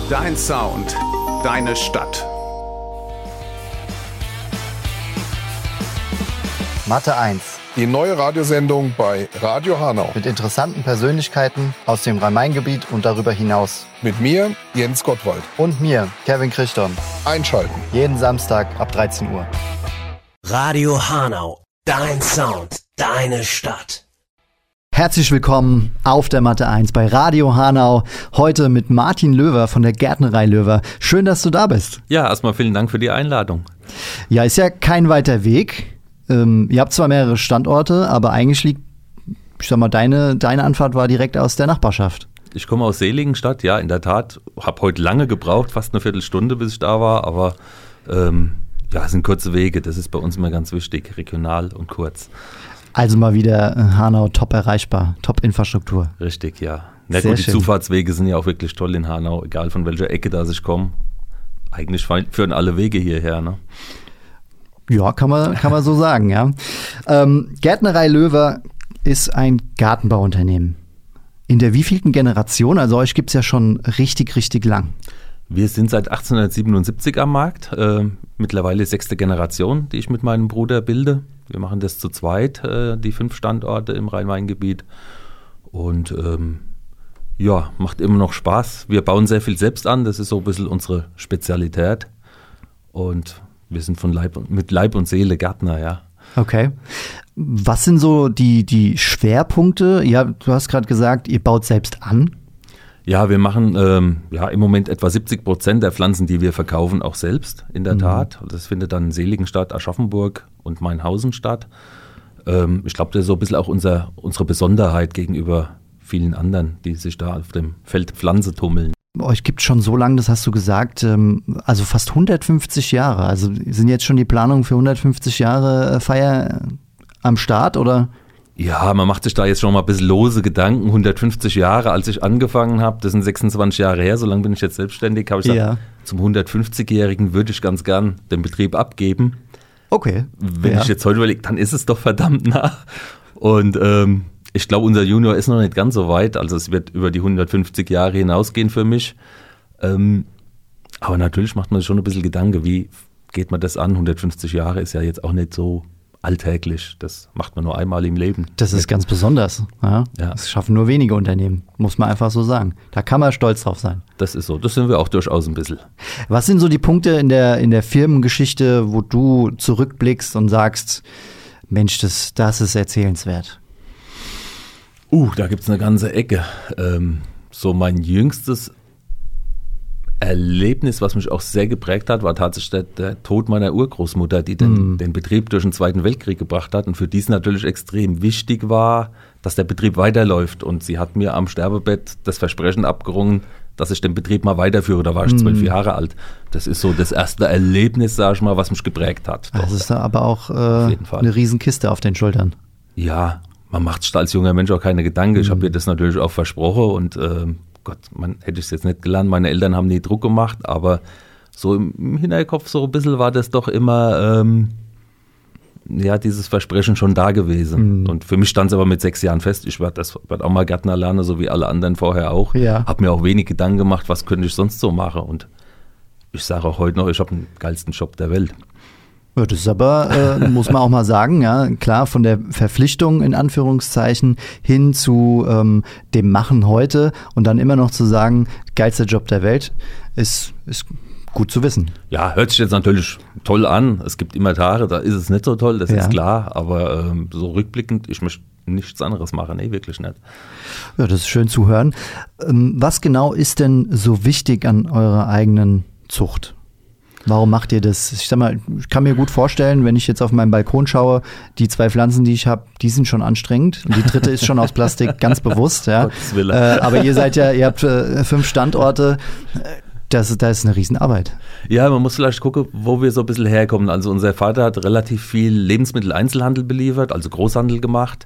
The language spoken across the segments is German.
Dein Sound, deine Stadt. Mathe 1. Die neue Radiosendung bei Radio Hanau. Mit interessanten Persönlichkeiten aus dem Rhein-Main-Gebiet und darüber hinaus. Mit mir, Jens Gottwald. Und mir, Kevin Christon. Einschalten. Jeden Samstag ab 13 Uhr. Radio Hanau. Dein Sound, deine Stadt. Herzlich willkommen auf der Mathe 1 bei Radio Hanau. Heute mit Martin Löwer von der Gärtnerei Löwer. Schön, dass du da bist. Ja, erstmal vielen Dank für die Einladung. Ja, ist ja kein weiter Weg. Ihr habt zwar mehrere Standorte, aber eigentlich liegt, ich sag mal, deine Anfahrt war direkt aus der Nachbarschaft. Ich komme aus Seligenstadt, ja, in der Tat. Habe heute lange gebraucht, fast eine Viertelstunde, bis ich da war, aber ja, es sind kurze Wege. Das ist bei uns immer ganz wichtig, regional und kurz. Also mal wieder Hanau top erreichbar, top Infrastruktur. Richtig, ja. Na Sehr gut, die schön. Zufahrtswege sind ja auch wirklich toll in Hanau, egal von welcher Ecke da ich komme. Eigentlich führen alle Wege hierher, ne? Ja, kann man so sagen, ja. Gärtnerei Löwer ist ein Gartenbauunternehmen. In der wievielten Generation? Also euch gibt's ja schon richtig, richtig lang. Wir sind seit 1877 am Markt, mittlerweile 6. Generation, die ich mit meinem Bruder bilde. Wir machen das zu zweit, die 5 Standorte im Rhein-Main-Gebiet und ja, macht immer noch Spaß. Wir bauen sehr viel selbst an, das ist so ein bisschen unsere Spezialität und wir sind mit Leib und Seele Gärtner, ja. Okay. Was sind so die Schwerpunkte? Ja, du hast gerade gesagt, ihr baut selbst an. Ja, wir machen im Moment etwa 70% der Pflanzen, die wir verkaufen, auch selbst, in der Tat. Das findet dann in Seligenstadt, Aschaffenburg und Mainhausen statt. Ich glaube, das ist so ein bisschen auch unsere Besonderheit gegenüber vielen anderen, die sich da auf dem Feld Pflanze tummeln. Euch gibt schon so lange, das hast du gesagt, also fast 150 Jahre. Also sind jetzt schon die Planungen für 150 Jahre Feier am Start, oder? Ja, man macht sich da jetzt schon mal ein bisschen lose Gedanken. 150 Jahre, als ich angefangen habe, das sind 26 Jahre her, so lange bin ich jetzt selbstständig, habe ich gesagt, zum 150-Jährigen würde ich ganz gern den Betrieb abgeben. Okay. Wenn ich jetzt heute überlege, dann ist es doch verdammt nah. Und ich glaube, unser Junior ist noch nicht ganz so weit, also es wird über die 150 Jahre hinausgehen für mich. Aber natürlich macht man sich schon ein bisschen Gedanken, wie geht man das an? 150 Jahre ist ja jetzt auch nicht so alltäglich, das macht man nur einmal im Leben. Das ist ganz besonders. Ja? Ja. Das schaffen nur wenige Unternehmen, muss man einfach so sagen. Da kann man stolz drauf sein. Das ist so, das sind wir auch durchaus ein bisschen. Was sind so die Punkte in der Firmengeschichte, wo du zurückblickst und sagst, Mensch, das ist erzählenswert? Da gibt's eine ganze Ecke. So mein jüngstes Erlebnis, was mich auch sehr geprägt hat, war tatsächlich der Tod meiner Urgroßmutter, die den Betrieb durch den Zweiten Weltkrieg gebracht hat und für die es natürlich extrem wichtig war, dass der Betrieb weiterläuft. Und sie hat mir am Sterbebett das Versprechen abgerungen, dass ich den Betrieb mal weiterführe. Da war ich 12 Jahre alt. Das ist so das erste Erlebnis, sag ich mal, was mich geprägt hat. Das ist aber auch eine Riesenkiste auf den Schultern. Ja, man macht sich da als junger Mensch auch keine Gedanken. Ich habe ihr das natürlich auch versprochen und Gott, man hätte ich es jetzt nicht gelernt. Meine Eltern haben nie Druck gemacht, aber so im Hinterkopf so ein bisschen war das doch immer, dieses Versprechen schon da gewesen. Und für mich stand es aber mit 6 Jahren fest, ich werd auch mal Gärtner lernen, so wie alle anderen vorher auch. Ja. Habe mir auch wenig Gedanken gemacht, was könnte ich sonst so machen. Und ich sage auch heute noch, ich habe den geilsten Job der Welt. Ja, das ist aber, muss man auch mal sagen, ja, klar, von der Verpflichtung in Anführungszeichen hin zu dem Machen heute und dann immer noch zu sagen, geilster Job der Welt, ist gut zu wissen. Ja, hört sich jetzt natürlich toll an. Es gibt immer Tage, da ist es nicht so toll, das ist klar, aber so rückblickend, ich möchte nichts anderes machen, nee, wirklich nicht. Ja, das ist schön zu hören. Was genau ist denn so wichtig an eurer eigenen Zucht? Warum macht ihr das? Ich sag mal, ich kann mir gut vorstellen, wenn ich jetzt auf meinen Balkon schaue, die 2 Pflanzen, die ich habe, die sind schon anstrengend. Und die dritte ist schon aus Plastik, ganz bewusst. Ja. Gottes Wille. Aber ihr habt 5 Standorte. Da ist eine Riesenarbeit. Ja, man muss vielleicht gucken, wo wir so ein bisschen herkommen. Also unser Vater hat relativ viel Lebensmitteleinzelhandel beliefert, also Großhandel gemacht.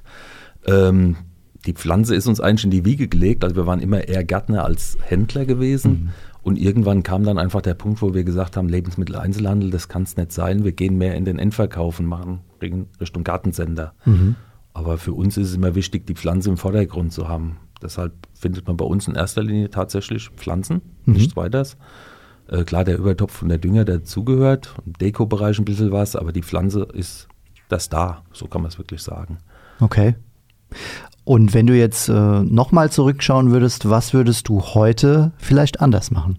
Die Pflanze ist uns eigentlich in die Wiege gelegt. Also wir waren immer eher Gärtner als Händler gewesen. Und irgendwann kam dann einfach der Punkt, wo wir gesagt haben, Lebensmitteleinzelhandel, das kann es nicht sein. Wir gehen mehr in den Endverkauf und machen Richtung Gartensender. Aber für uns ist es immer wichtig, die Pflanze im Vordergrund zu haben. Deshalb findet man bei uns in erster Linie tatsächlich Pflanzen, nichts weiteres. Klar, der Übertopf und der Dünger, der dazugehört, im Dekobereich ein bisschen was, aber die Pflanze ist der Star, so kann man es wirklich sagen. Okay. Und wenn du jetzt nochmal zurückschauen würdest, was würdest du heute vielleicht anders machen?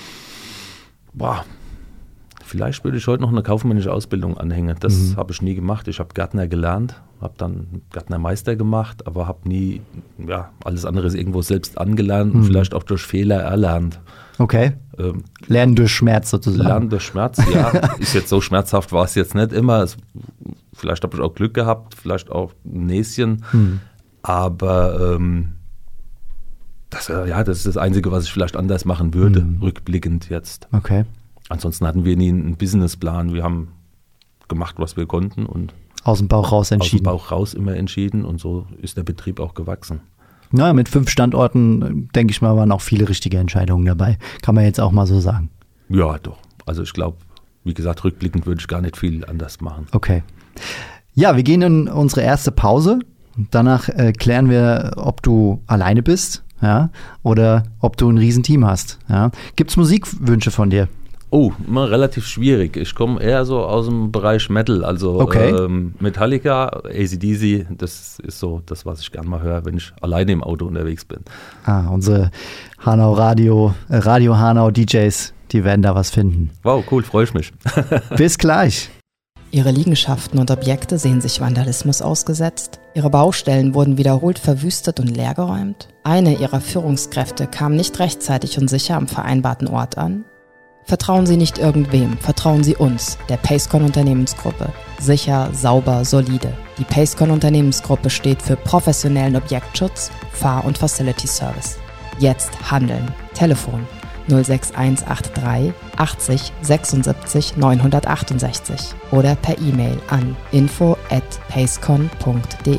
Vielleicht würde ich heute noch eine kaufmännische Ausbildung anhängen. Das habe ich nie gemacht. Ich habe Gärtner gelernt, habe dann Gärtnermeister gemacht, aber habe nie alles andere irgendwo selbst angelernt und vielleicht auch durch Fehler erlernt. Okay. Lernen durch Schmerz sozusagen. Lernen durch Schmerz, ja. Ist jetzt so schmerzhaft, war es jetzt nicht immer. Vielleicht habe ich auch Glück gehabt, vielleicht auch ein Näschen. Aber das ist das Einzige, was ich vielleicht anders machen würde, rückblickend jetzt. Okay. Ansonsten hatten wir nie einen Businessplan. Wir haben gemacht, was wir konnten und aus dem Bauch raus entschieden. Aus dem Bauch raus immer entschieden und so ist der Betrieb auch gewachsen. Na, mit 5 Standorten, denke ich mal, waren auch viele richtige Entscheidungen dabei. Kann man jetzt auch mal so sagen. Ja, doch. Also ich glaube, wie gesagt, rückblickend würde ich gar nicht viel anders machen. Okay. Ja, wir gehen in unsere erste Pause. Danach klären wir, ob du alleine bist, ja, oder ob du ein Riesenteam hast. Ja. Gibt es Musikwünsche von dir? Oh, immer relativ schwierig. Ich komme eher so aus dem Bereich Metal, also Metallica, AC/DC, das ist so das, was ich gerne mal höre, wenn ich alleine im Auto unterwegs bin. Unsere Hanau Radio Hanau DJs, die werden da was finden. Wow, cool, freue ich mich. Bis gleich. Ihre Liegenschaften und Objekte sehen sich Vandalismus ausgesetzt. Ihre Baustellen wurden wiederholt verwüstet und leergeräumt. Eine ihrer Führungskräfte kam nicht rechtzeitig und sicher am vereinbarten Ort an. Vertrauen Sie nicht irgendwem, vertrauen Sie uns, der Pacecon Unternehmensgruppe. Sicher, sauber, solide. Die Pacecon Unternehmensgruppe steht für professionellen Objektschutz, Fahr- und Facility Service. Jetzt handeln. Telefon 06183 80 76 968 oder per E-Mail an info@pacecon.de.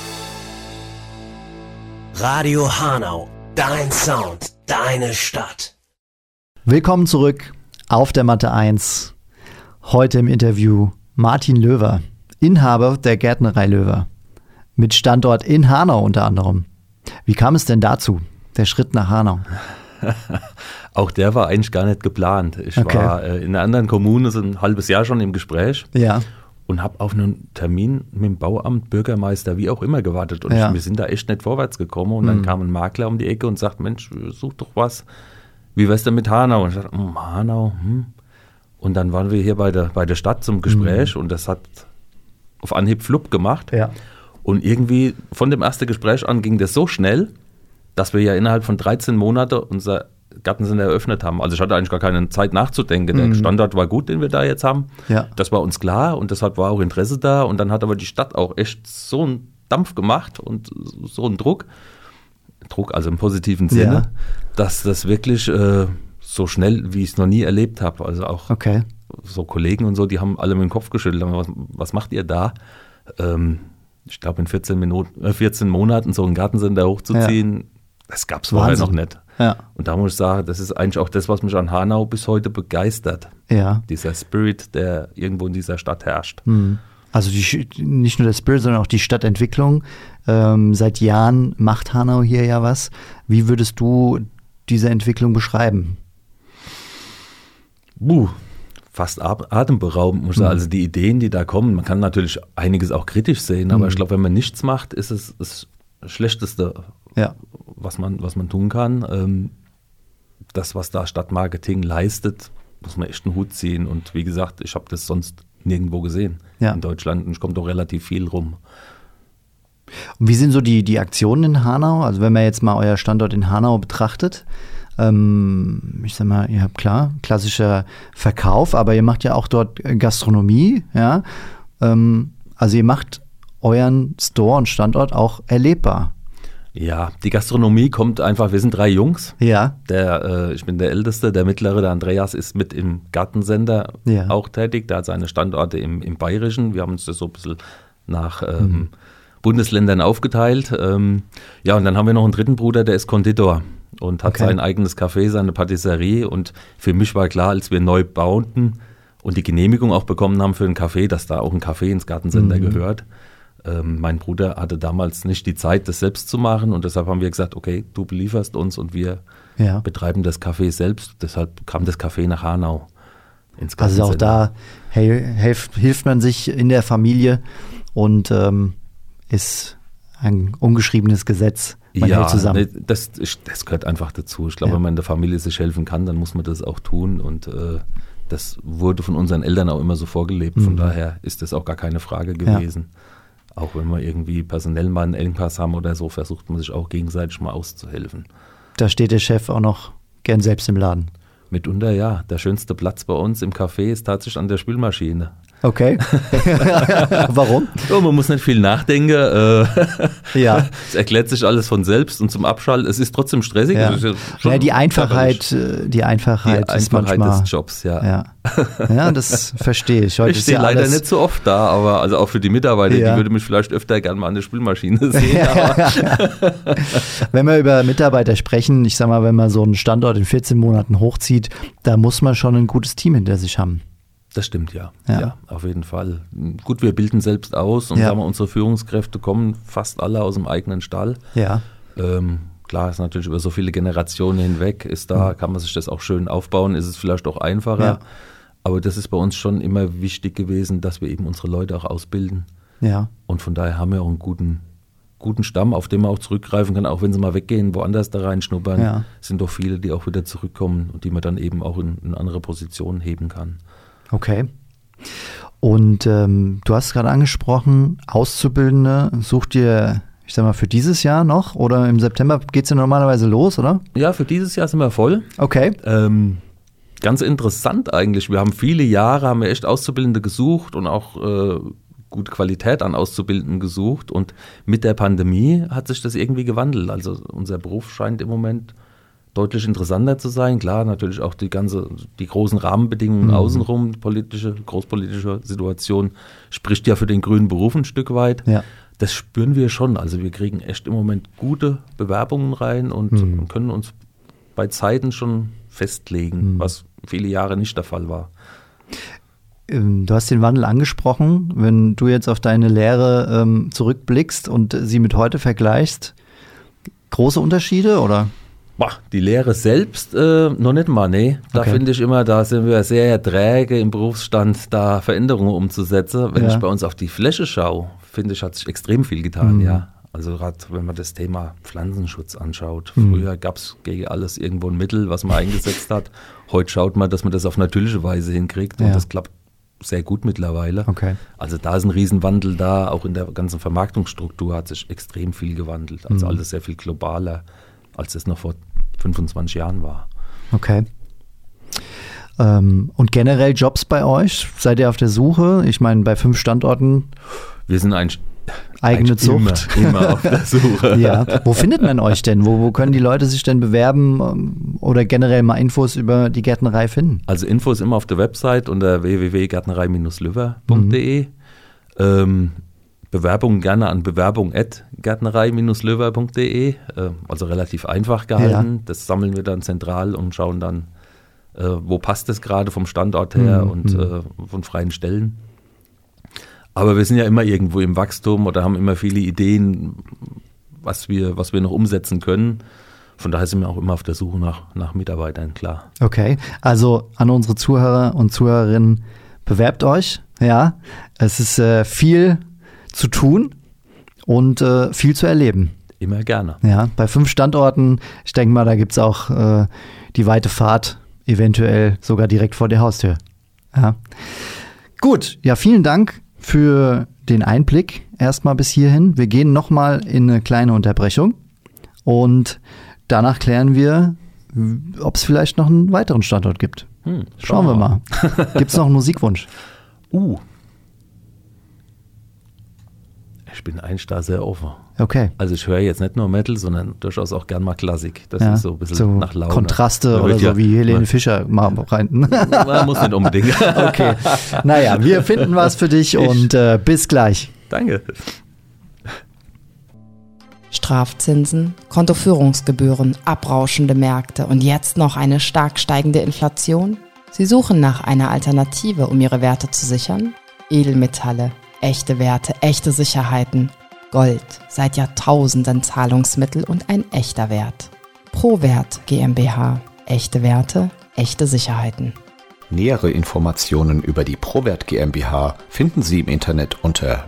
Radio Hanau, dein Sound, deine Stadt. Willkommen zurück auf der Matte 1. Heute im Interview Martin Löwer, Inhaber der Gärtnerei Löwer, mit Standort in Hanau unter anderem. Wie kam es denn dazu, der Schritt nach Hanau? Auch der war eigentlich gar nicht geplant. Ich war in einer anderen Kommune so ein halbes Jahr schon im Gespräch und habe auf einen Termin mit dem Bauamt, Bürgermeister, wie auch immer gewartet. Und wir sind da echt nicht vorwärts gekommen. Und dann kam ein Makler um die Ecke und sagt, Mensch, such doch was. Wie wär's denn mit Hanau? Und ich dachte, Hanau, Und dann waren wir hier bei der Stadt zum Gespräch und das hat auf Anhieb flupp gemacht. Ja. Und irgendwie von dem ersten Gespräch an ging das so schnell, dass wir ja innerhalb von 13 Monaten unser Gartencenter eröffnet haben. Also ich hatte eigentlich gar keine Zeit nachzudenken. Der Standort war gut, den wir da jetzt haben. Ja. Das war uns klar und deshalb war auch Interesse da. Und dann hat aber die Stadt auch echt so einen Dampf gemacht und so einen Druck, also im positiven Sinne, dass das wirklich so schnell, wie ich es noch nie erlebt habe. Also auch so Kollegen und so, die haben alle mit dem Kopf geschüttelt. Was macht ihr da? Ich glaube, in 14 Monaten so ein Gartencenter hochzuziehen, das gab es vorher noch nicht. Ja. Und da muss ich sagen, das ist eigentlich auch das, was mich an Hanau bis heute begeistert. Ja. Dieser Spirit, der irgendwo in dieser Stadt herrscht. Also nicht nur der Spirit, sondern auch die Stadtentwicklung. Seit Jahren macht Hanau hier ja was. Wie würdest du diese Entwicklung beschreiben? Fast atemberaubend, muss ich sagen. Also die Ideen, die da kommen, man kann natürlich einiges auch kritisch sehen, aber ich glaube, wenn man nichts macht, ist es das Schlechteste, was man tun kann. Das, was da Stadtmarketing leistet, muss man echt einen Hut ziehen. Und wie gesagt, ich habe das sonst nirgendwo gesehen in Deutschland und ich komme doch relativ viel rum. Und wie sind so die Aktionen in Hanau? Also wenn man jetzt mal euer Standort in Hanau betrachtet, ich sag mal, ihr habt klassischer Verkauf, aber ihr macht ja auch dort Gastronomie, ja. Also ihr macht euren Store und Standort auch erlebbar. Ja, die Gastronomie kommt einfach, wir sind 3 Jungs. Ja. Ich bin der Älteste, der Mittlere, der Andreas ist mit im Gartencenter auch tätig. Der hat seine Standorte im Bayerischen. Wir haben uns das so ein bisschen nach Bundesländern aufgeteilt. Und dann haben wir noch einen dritten Bruder, der ist Konditor und hat sein eigenes Café, seine Patisserie. Und für mich war klar, als wir neu bauten und die Genehmigung auch bekommen haben für ein Café, dass da auch ein Café ins Gartencenter gehört. Mein Bruder hatte damals nicht die Zeit, das selbst zu machen und deshalb haben wir gesagt, okay, du belieferst uns und wir betreiben das Café selbst. Deshalb kam das Café nach Hanau ins Also auch da hilft man sich in der Familie und ist ein ungeschriebenes Gesetz. Man hält zusammen. Das gehört einfach dazu. Ich glaube, wenn man in der Familie sich helfen kann, dann muss man das auch tun und das wurde von unseren Eltern auch immer so vorgelebt. Von daher ist das auch gar keine Frage gewesen. Ja. Auch wenn wir irgendwie personell mal einen Engpass haben oder so, versucht man sich auch gegenseitig mal auszuhelfen. Da steht der Chef auch noch gern selbst im Laden. Mitunter ja. Der schönste Platz bei uns im Café ist tatsächlich an der Spülmaschine. Okay. Warum? Oh, man muss nicht viel nachdenken. Ja. Es erklärt sich alles von selbst und zum Abschalten. Es ist trotzdem stressig. Ja. Die Einfachheit ist manchmal des Jobs, ja, das verstehe ich. Heute ich stehe leider nicht so oft da, aber also auch für die Mitarbeiter, die würde mich vielleicht öfter gerne mal an der Spülmaschine sehen. Wenn wir über Mitarbeiter sprechen, ich sag mal, wenn man so einen Standort in 14 Monaten hochzieht, da muss man schon ein gutes Team hinter sich haben. Das stimmt, ja, auf jeden Fall. Gut, wir bilden selbst aus und sagen wir, unsere Führungskräfte kommen fast alle aus dem eigenen Stall. Ja. Klar, ist natürlich über so viele Generationen hinweg, kann man sich das auch schön aufbauen, ist es vielleicht auch einfacher. Ja. Aber das ist bei uns schon immer wichtig gewesen, dass wir eben unsere Leute auch ausbilden. Ja. Und von daher haben wir auch einen guten Stamm, auf den man auch zurückgreifen kann, auch wenn sie mal weggehen, woanders da reinschnuppern. Ja. Es sind doch viele, die auch wieder zurückkommen und die man dann eben auch in andere Positionen heben kann. Okay. Und du hast gerade angesprochen, Auszubildende sucht ihr, ich sag mal, für dieses Jahr noch oder im September geht es ja normalerweise los, oder? Ja, für dieses Jahr sind wir voll. Okay. Ganz interessant eigentlich. Wir haben viele Jahre, haben wir echt Auszubildende gesucht und auch gute Qualität an Auszubildenden gesucht und mit der Pandemie hat sich das irgendwie gewandelt. Also unser Beruf scheint im Moment deutlich interessanter zu sein. Klar, natürlich auch die großen Rahmenbedingungen außenrum, großpolitische Situation spricht ja für den grünen Beruf ein Stück weit. Ja. Das spüren wir schon. Also wir kriegen echt im Moment gute Bewerbungen rein und können uns bei Zeiten schon festlegen, was viele Jahre nicht der Fall war. Du hast den Wandel angesprochen. Wenn du jetzt auf deine Lehre zurückblickst und sie mit heute vergleichst, große Unterschiede oder? Die Lehre selbst noch nicht mal, nee. Da finde ich immer, da sind wir sehr träge im Berufsstand, da Veränderungen umzusetzen. Wenn ich bei uns auf die Fläche schaue, finde ich, hat sich extrem viel getan, ja. Also gerade wenn man das Thema Pflanzenschutz anschaut. Früher gab es gegen alles irgendwo ein Mittel, was man eingesetzt hat. Heute schaut man, dass man das auf natürliche Weise hinkriegt und das klappt sehr gut mittlerweile. Okay. Also da ist ein Riesenwandel da, auch in der ganzen Vermarktungsstruktur hat sich extrem viel gewandelt. Also alles sehr viel globaler, als es noch vor 25 Jahren war. Okay. Und generell Jobs bei euch? Seid ihr auf der Suche? Ich meine, bei 5 Standorten. Wir sind eigene Zucht. Immer auf der Suche. Ja. Wo findet man euch denn? Wo können die Leute sich denn bewerben oder generell mal Infos über die Gärtnerei finden? Also Infos immer auf der Website unter www.gärtnerei-löwer.de. Bewerbungen gerne an bewerbung@gärtnerei-löwer.de, also relativ einfach gehalten. Ja. Das sammeln wir dann zentral und schauen dann, wo passt es gerade vom Standort her und von freien Stellen. Aber wir sind ja immer irgendwo im Wachstum oder haben immer viele Ideen, was wir noch umsetzen können. Von daher sind wir auch immer auf der Suche nach Mitarbeitern, klar. Okay, also an unsere Zuhörer und Zuhörerinnen, bewerbt euch. Ja, es ist viel zu tun und viel zu erleben. Immer gerne. Ja, bei 5 Standorten, ich denke mal, da gibt es auch die weite Fahrt, eventuell sogar direkt vor der Haustür. Ja. Gut, ja, vielen Dank für den Einblick erstmal bis hierhin. Wir gehen nochmal in eine kleine Unterbrechung und danach klären wir, ob es vielleicht noch einen weiteren Standort gibt. Schauen wir mal. Gibt es noch einen Musikwunsch? Ich bin eigentlich da sehr offen. Okay. Also ich höre jetzt nicht nur Metal, sondern durchaus auch gern mal Klassik. Das ist so ein bisschen so nach Laune. Kontraste oder so wie Helene Fischer mal rein. Man muss nicht unbedingt. Okay. Naja, wir finden was für dich und bis gleich. Danke. Strafzinsen, Kontoführungsgebühren, abrauschende Märkte und jetzt noch eine stark steigende Inflation? Sie suchen nach einer Alternative, um ihre Werte zu sichern? Edelmetalle. Echte Werte, echte Sicherheiten. Gold, seit Jahrtausenden Zahlungsmittel und ein echter Wert. ProWert GmbH. Echte Werte, echte Sicherheiten. Nähere Informationen über die ProWert GmbH finden Sie im Internet unter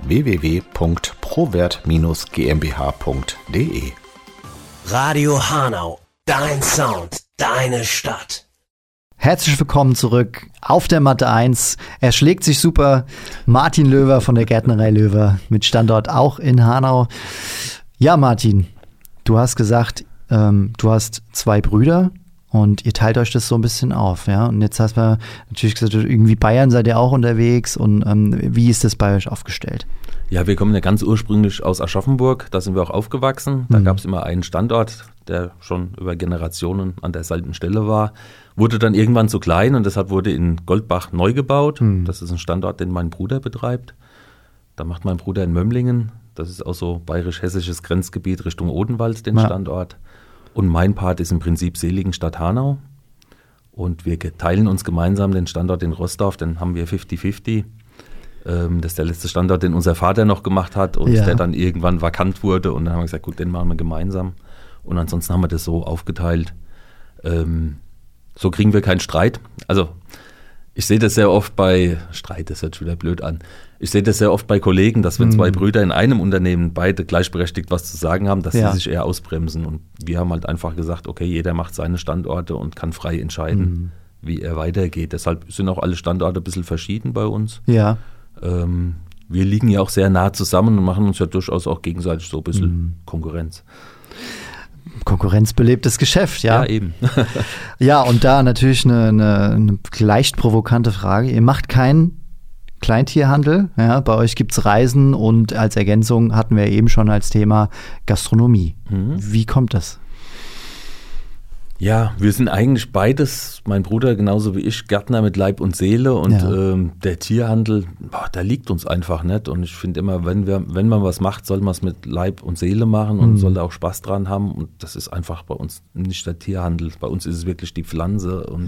www.prowert-gmbh.de. Radio Hanau, dein Sound, deine Stadt. Herzlich willkommen zurück auf der Matte 1. Er schlägt sich super. Martin Löwer von der Gärtnerei Löwer mit Standort auch in Hanau. Ja, Martin, du hast gesagt, du hast 2 Brüder und ihr teilt euch das so ein bisschen auf. Ja? Und jetzt hast du natürlich gesagt, irgendwie Bayern seid ihr auch unterwegs. Und wie ist das bei euch aufgestellt? Ja, wir kommen ja ganz ursprünglich aus Aschaffenburg. Da sind wir auch aufgewachsen. Da gab es immer einen Standort, der schon über Generationen an derselben Stelle war. Wurde dann irgendwann zu klein und deshalb wurde in Goldbach neu gebaut. Das ist ein Standort, den mein Bruder betreibt. Da macht mein Bruder in Mömlingen, das ist auch so bayerisch-hessisches Grenzgebiet Richtung Odenwald, den Standort. Und mein Part ist im Prinzip Seligenstadt Hanau. Und wir teilen uns gemeinsam den Standort in Roßdorf, den haben wir 50-50. Das ist der letzte Standort, den unser Vater noch gemacht hat und der dann irgendwann vakant wurde. Und dann haben wir gesagt, gut, den machen wir gemeinsam. Und ansonsten haben wir das so aufgeteilt. So kriegen wir keinen Streit. Also ich sehe das sehr oft bei, Streit, das hört schon wieder blöd an. Ich sehe das sehr oft bei Kollegen, dass wenn 2 Brüder in einem Unternehmen beide gleichberechtigt was zu sagen haben, dass sie sich eher ausbremsen. Und wir haben halt einfach gesagt, okay, jeder macht seine Standorte und kann frei entscheiden, wie er weitergeht. Deshalb sind auch alle Standorte ein bisschen verschieden bei uns. Ja. Wir liegen ja auch sehr nah zusammen und machen uns ja durchaus auch gegenseitig so ein bisschen Konkurrenz. Konkurrenzbelebtes Geschäft, ja. Ja, eben. Ja, und da natürlich eine leicht provokante Frage. Ihr macht keinen Kleintierhandel, ja, bei euch gibt es Reisen und als Ergänzung hatten wir eben schon als Thema Gastronomie. Wie kommt das? Ja, wir sind eigentlich beides, mein Bruder genauso wie ich, Gärtner mit Leib und Seele und der Tierhandel, der liegt uns einfach nicht und ich finde immer, wenn man was macht, soll man es mit Leib und Seele machen und soll da auch Spaß dran haben und das ist einfach bei uns nicht der Tierhandel, bei uns ist es wirklich die Pflanze und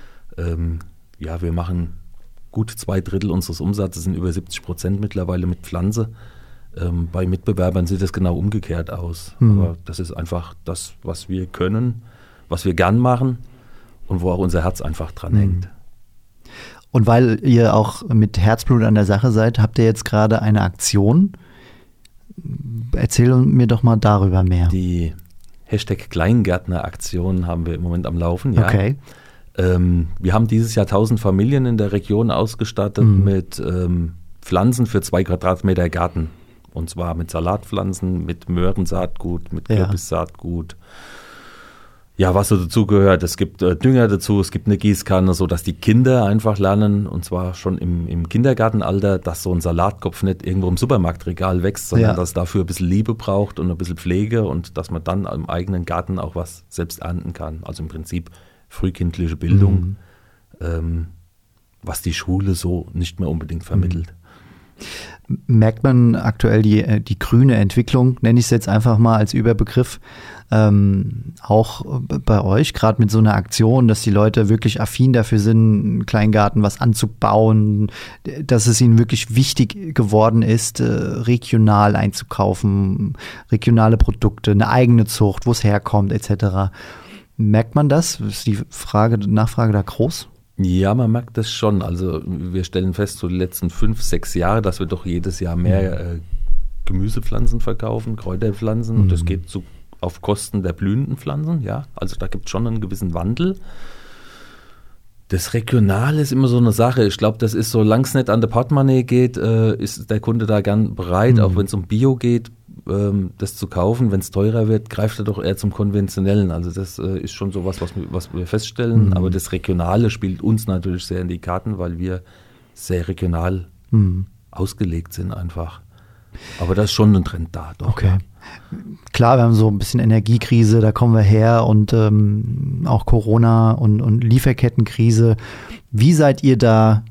wir machen gut 2/3 unseres Umsatzes, sind über 70% mittlerweile mit Pflanze. Bei Mitbewerbern sieht das genau umgekehrt aus, aber das ist einfach das, was wir können, was wir gern machen und wo auch unser Herz einfach dran hängt. Und weil ihr auch mit Herzblut an der Sache seid, habt ihr jetzt gerade eine Aktion. Erzähl mir doch mal darüber mehr. Die #Kleingärtner-Aktion haben wir im Moment am Laufen. Ja. Okay. Wir haben dieses Jahr 1000 Familien in der Region ausgestattet mit Pflanzen für 2 Quadratmeter Garten. Und zwar mit Salatpflanzen, mit Möhrensaatgut, mit Kürbissaatgut. Ja, was so dazugehört, es gibt Dünger dazu, es gibt eine Gießkanne, so dass die Kinder einfach lernen, und zwar schon im Kindergartenalter, dass so ein Salatkopf nicht irgendwo im Supermarktregal wächst, sondern dass es dafür ein bisschen Liebe braucht und ein bisschen Pflege und dass man dann im eigenen Garten auch was selbst ernten kann. Also im Prinzip frühkindliche Bildung, was die Schule so nicht mehr unbedingt vermittelt. Merkt man aktuell die grüne Entwicklung, nenne ich es jetzt einfach mal als Überbegriff, auch bei euch, gerade mit so einer Aktion, dass die Leute wirklich affin dafür sind, einen Kleingarten was anzubauen, dass es ihnen wirklich wichtig geworden ist, regional einzukaufen, regionale Produkte, eine eigene Zucht, wo es herkommt, etc. Merkt man das? Ist die Nachfrage da groß? Ja, man merkt das schon. Also wir stellen fest, so die letzten 5-6 Jahre, dass wir doch jedes Jahr mehr Gemüsepflanzen verkaufen, Kräuterpflanzen. Und das geht so auf Kosten der blühenden Pflanzen. Ja, also da gibt es schon einen gewissen Wandel. Das Regionale ist immer so eine Sache. Ich glaube, das ist, solange es nicht an der Portemonnaie geht, ist der Kunde da gern bereit, auch wenn es um Bio geht, das zu kaufen. Wenn es teurer wird, greift er doch eher zum Konventionellen. Also das ist schon sowas, was wir feststellen. Aber das Regionale spielt uns natürlich sehr in die Karten, weil wir sehr regional ausgelegt sind einfach. Aber da ist schon ein Trend da. Doch, okay. Ja. Klar, wir haben so ein bisschen Energiekrise, da kommen wir her und auch Corona und Lieferkettenkrise. Wie seid ihr da?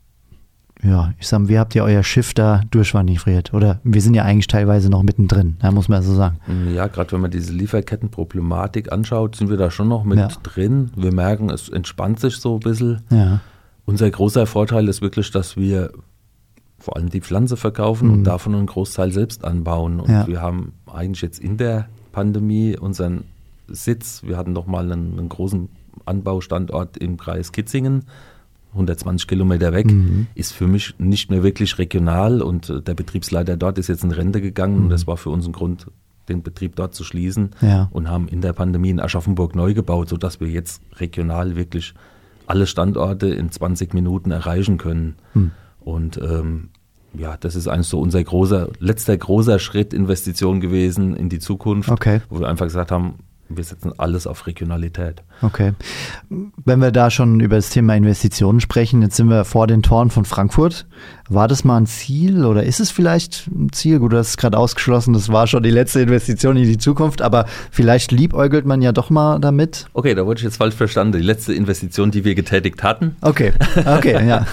Ja, ich sag, wie habt ihr euer Schiff da durchmanövriert? Oder wir sind ja eigentlich teilweise noch mittendrin, muss man so sagen. Ja, gerade wenn man diese Lieferkettenproblematik anschaut, sind wir da schon noch mit drin. Wir merken, es entspannt sich so ein bisschen. Ja. Unser großer Vorteil ist wirklich, dass wir vor allem die Pflanze verkaufen und davon einen Großteil selbst anbauen. Und wir haben eigentlich jetzt in der Pandemie unseren Sitz, wir hatten noch mal einen großen Anbaustandort im Kreis Kitzingen, 120 Kilometer weg, ist für mich nicht mehr wirklich regional und der Betriebsleiter dort ist jetzt in Rente gegangen und das war für uns ein Grund, den Betrieb dort zu schließen und haben in der Pandemie in Aschaffenburg neu gebaut, sodass wir jetzt regional wirklich alle Standorte in 20 Minuten erreichen können. Und das ist eigentlich so unser letzter großer Schritt Investition gewesen in die Zukunft, wo wir einfach gesagt haben, wir setzen alles auf Regionalität. Okay. Wenn wir da schon über das Thema Investitionen sprechen, jetzt sind wir vor den Toren von Frankfurt. War das mal ein Ziel oder ist es vielleicht ein Ziel? Gut, du hast es gerade ausgeschlossen, das war schon die letzte Investition in die Zukunft, aber vielleicht liebäugelt man ja doch mal damit. Okay, da wurde ich jetzt falsch verstanden. Die letzte Investition, die wir getätigt hatten. Okay, ja.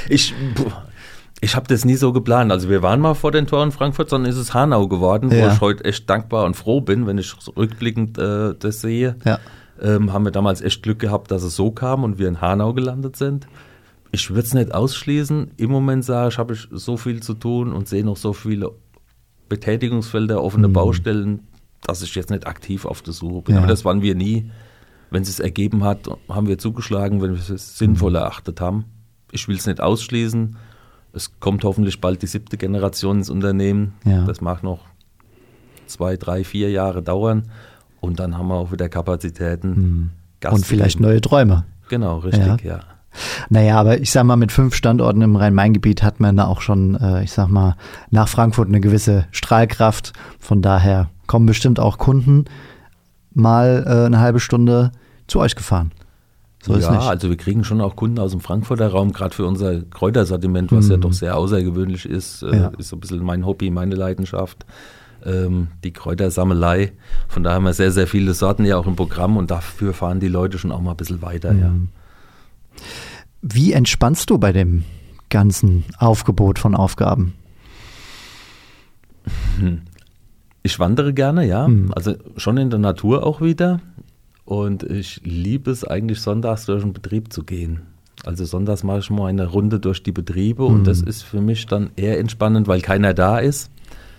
Ich habe das nie so geplant. Also wir waren mal vor den Toren Frankfurt, sondern ist es Hanau geworden, wo ich heute echt dankbar und froh bin, wenn ich rückblickend das sehe. Ja. Haben wir damals echt Glück gehabt, dass es so kam und wir in Hanau gelandet sind. Ich würde es nicht ausschließen. Im Moment sage ich, habe ich so viel zu tun und sehe noch so viele Betätigungsfelder, offene Baustellen, dass ich jetzt nicht aktiv auf der Suche bin. Aber das waren wir nie. Wenn es sich ergeben hat, haben wir zugeschlagen, wenn wir es sinnvoll erachtet haben. Ich will es nicht ausschließen. Es kommt hoffentlich bald die 7. Generation ins Unternehmen. Ja. Das mag noch 2, 3, 4 Jahre dauern. Und dann haben wir auch wieder Kapazitäten. Und vielleicht neue Träume. Genau, richtig, ja. Naja, aber ich sag mal, mit 5 Standorten im Rhein-Main-Gebiet hat man da auch schon, nach Frankfurt eine gewisse Strahlkraft. Von daher kommen bestimmt auch Kunden mal eine halbe Stunde zu euch gefahren. So ist nicht. Also wir kriegen schon auch Kunden aus dem Frankfurter Raum, gerade für unser Kräutersortiment, was ja doch sehr außergewöhnlich ist. Ist so ein bisschen mein Hobby, meine Leidenschaft, die Kräutersammelei. Von daher haben wir sehr, sehr viele Sorten ja auch im Programm und dafür fahren die Leute schon auch mal ein bisschen weiter. Ja. Wie entspannst du bei dem ganzen Aufgebot von Aufgaben? Ich wandere gerne, ja. Also schon in der Natur auch wieder. Und ich liebe es eigentlich, sonntags durch den Betrieb zu gehen. Also sonntags mache ich mal eine Runde durch die Betriebe und das ist für mich dann eher entspannend, weil keiner da ist.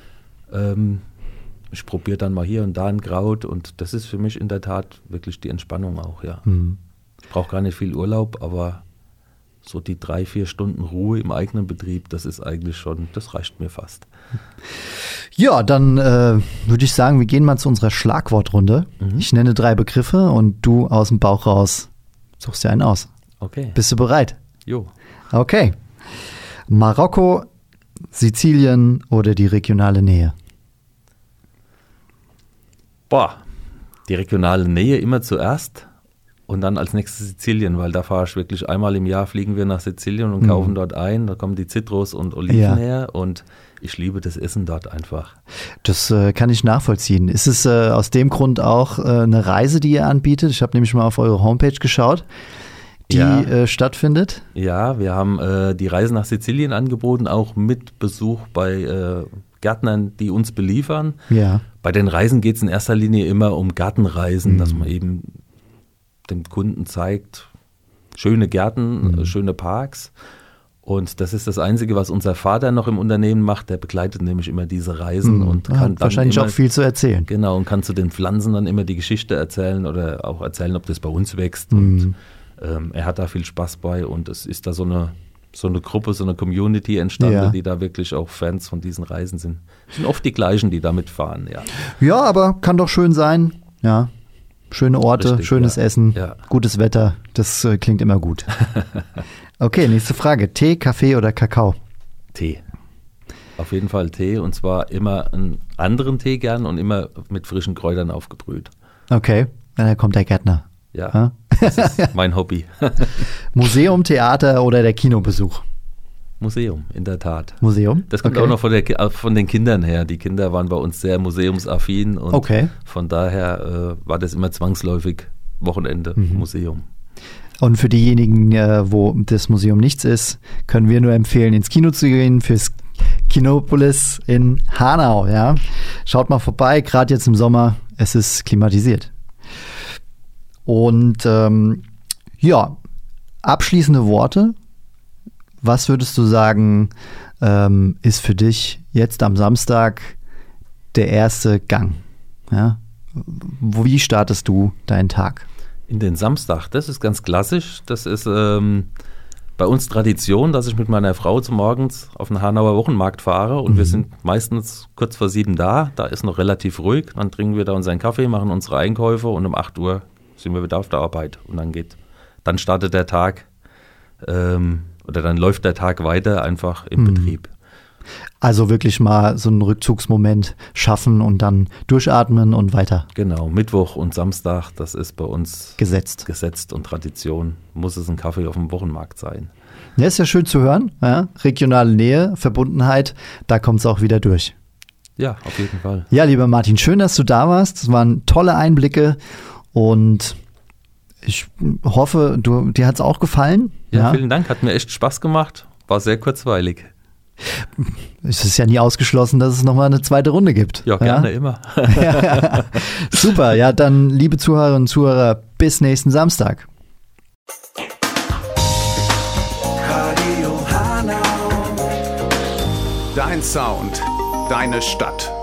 Ich probiere dann mal hier und da ein Kraut und das ist für mich in der Tat wirklich die Entspannung auch, ja. Ich brauche gar nicht viel Urlaub, aber so die 3-4 Stunden Ruhe im eigenen Betrieb, das ist eigentlich schon, das reicht mir fast. Ja, dann würde ich sagen, wir gehen mal zu unserer Schlagwortrunde. Ich nenne 3 Begriffe und du aus dem Bauch raus suchst dir einen aus. Okay. Bist du bereit? Jo. Okay. Marokko, Sizilien oder die regionale Nähe? Die regionale Nähe immer zuerst und dann als nächstes Sizilien, weil da fahre ich wirklich einmal im Jahr, fliegen wir nach Sizilien und kaufen dort ein. Da kommen die Zitrus und Oliven her und ich liebe das Essen dort einfach. Das kann ich nachvollziehen. Ist es aus dem Grund auch eine Reise, die ihr anbietet? Ich habe nämlich mal auf eure Homepage geschaut, die stattfindet. Ja, wir haben die Reise nach Sizilien angeboten, auch mit Besuch bei Gärtnern, die uns beliefern. Ja. Bei den Reisen geht es in erster Linie immer um Gartenreisen, dass man eben dem Kunden zeigt, schöne Gärten, schöne Parks. Und das ist das Einzige, was unser Vater noch im Unternehmen macht. Der begleitet nämlich immer diese Reisen und kann dann wahrscheinlich immer, auch viel zu erzählen. Genau, und kann zu den Pflanzen dann immer die Geschichte erzählen oder auch erzählen, ob das bei uns wächst. Und er hat da viel Spaß bei und es ist da so eine Gruppe, so eine Community entstanden, die da wirklich auch Fans von diesen Reisen sind. Es sind oft die gleichen, die da mitfahren, ja. Ja, aber kann doch schön sein, ja. Schöne Orte, richtig, schönes Essen, gutes Wetter, das klingt immer gut. Okay, nächste Frage. Tee, Kaffee oder Kakao? Tee. Auf jeden Fall Tee und zwar immer einen anderen Tee gern und immer mit frischen Kräutern aufgebrüht. Okay, da kommt der Gärtner. Ja, das ist mein Hobby. Museum, Theater oder der Kinobesuch? Museum, in der Tat. Museum? Das kommt auch noch von den Kindern her. Die Kinder waren bei uns sehr museumsaffin und von daher war das immer zwangsläufig Wochenende Museum. Und für diejenigen, wo das Museum nichts ist, können wir nur empfehlen, ins Kino zu gehen, fürs Kinopolis in Hanau. Ja? Schaut mal vorbei, gerade jetzt im Sommer, es ist klimatisiert. Und abschließende Worte. Was würdest du sagen, ist für dich jetzt am Samstag der erste Gang. Ja? Wie startest du deinen Tag? In den Samstag, das ist ganz klassisch. Das ist bei uns Tradition, dass ich mit meiner Frau zum Morgens auf den Hanauer Wochenmarkt fahre und wir sind meistens kurz vor 7 da. Da ist noch relativ ruhig. Dann trinken wir da unseren Kaffee, machen unsere Einkäufe und um 8 Uhr sind wir wieder auf der Arbeit. Und dann startet der Tag oder dann läuft der Tag weiter einfach im Betrieb. Also wirklich mal so einen Rückzugsmoment schaffen und dann durchatmen und weiter. Genau, Mittwoch und Samstag, das ist bei uns gesetzt und Tradition. Muss es ein Kaffee auf dem Wochenmarkt sein. Ja, ist ja schön zu hören. Ja? Regionale Nähe, Verbundenheit, da kommt es auch wieder durch. Ja, auf jeden Fall. Ja, lieber Martin, schön, dass du da warst. Es waren tolle Einblicke und ich hoffe, dir hat es auch gefallen. Ja, vielen Dank, hat mir echt Spaß gemacht. War sehr kurzweilig. Es ist ja nie ausgeschlossen, dass es nochmal eine zweite Runde gibt. Ja, gerne, immer. Super, ja, dann liebe Zuhörerinnen und Zuhörer, bis nächsten Samstag. Dein Sound, deine Stadt.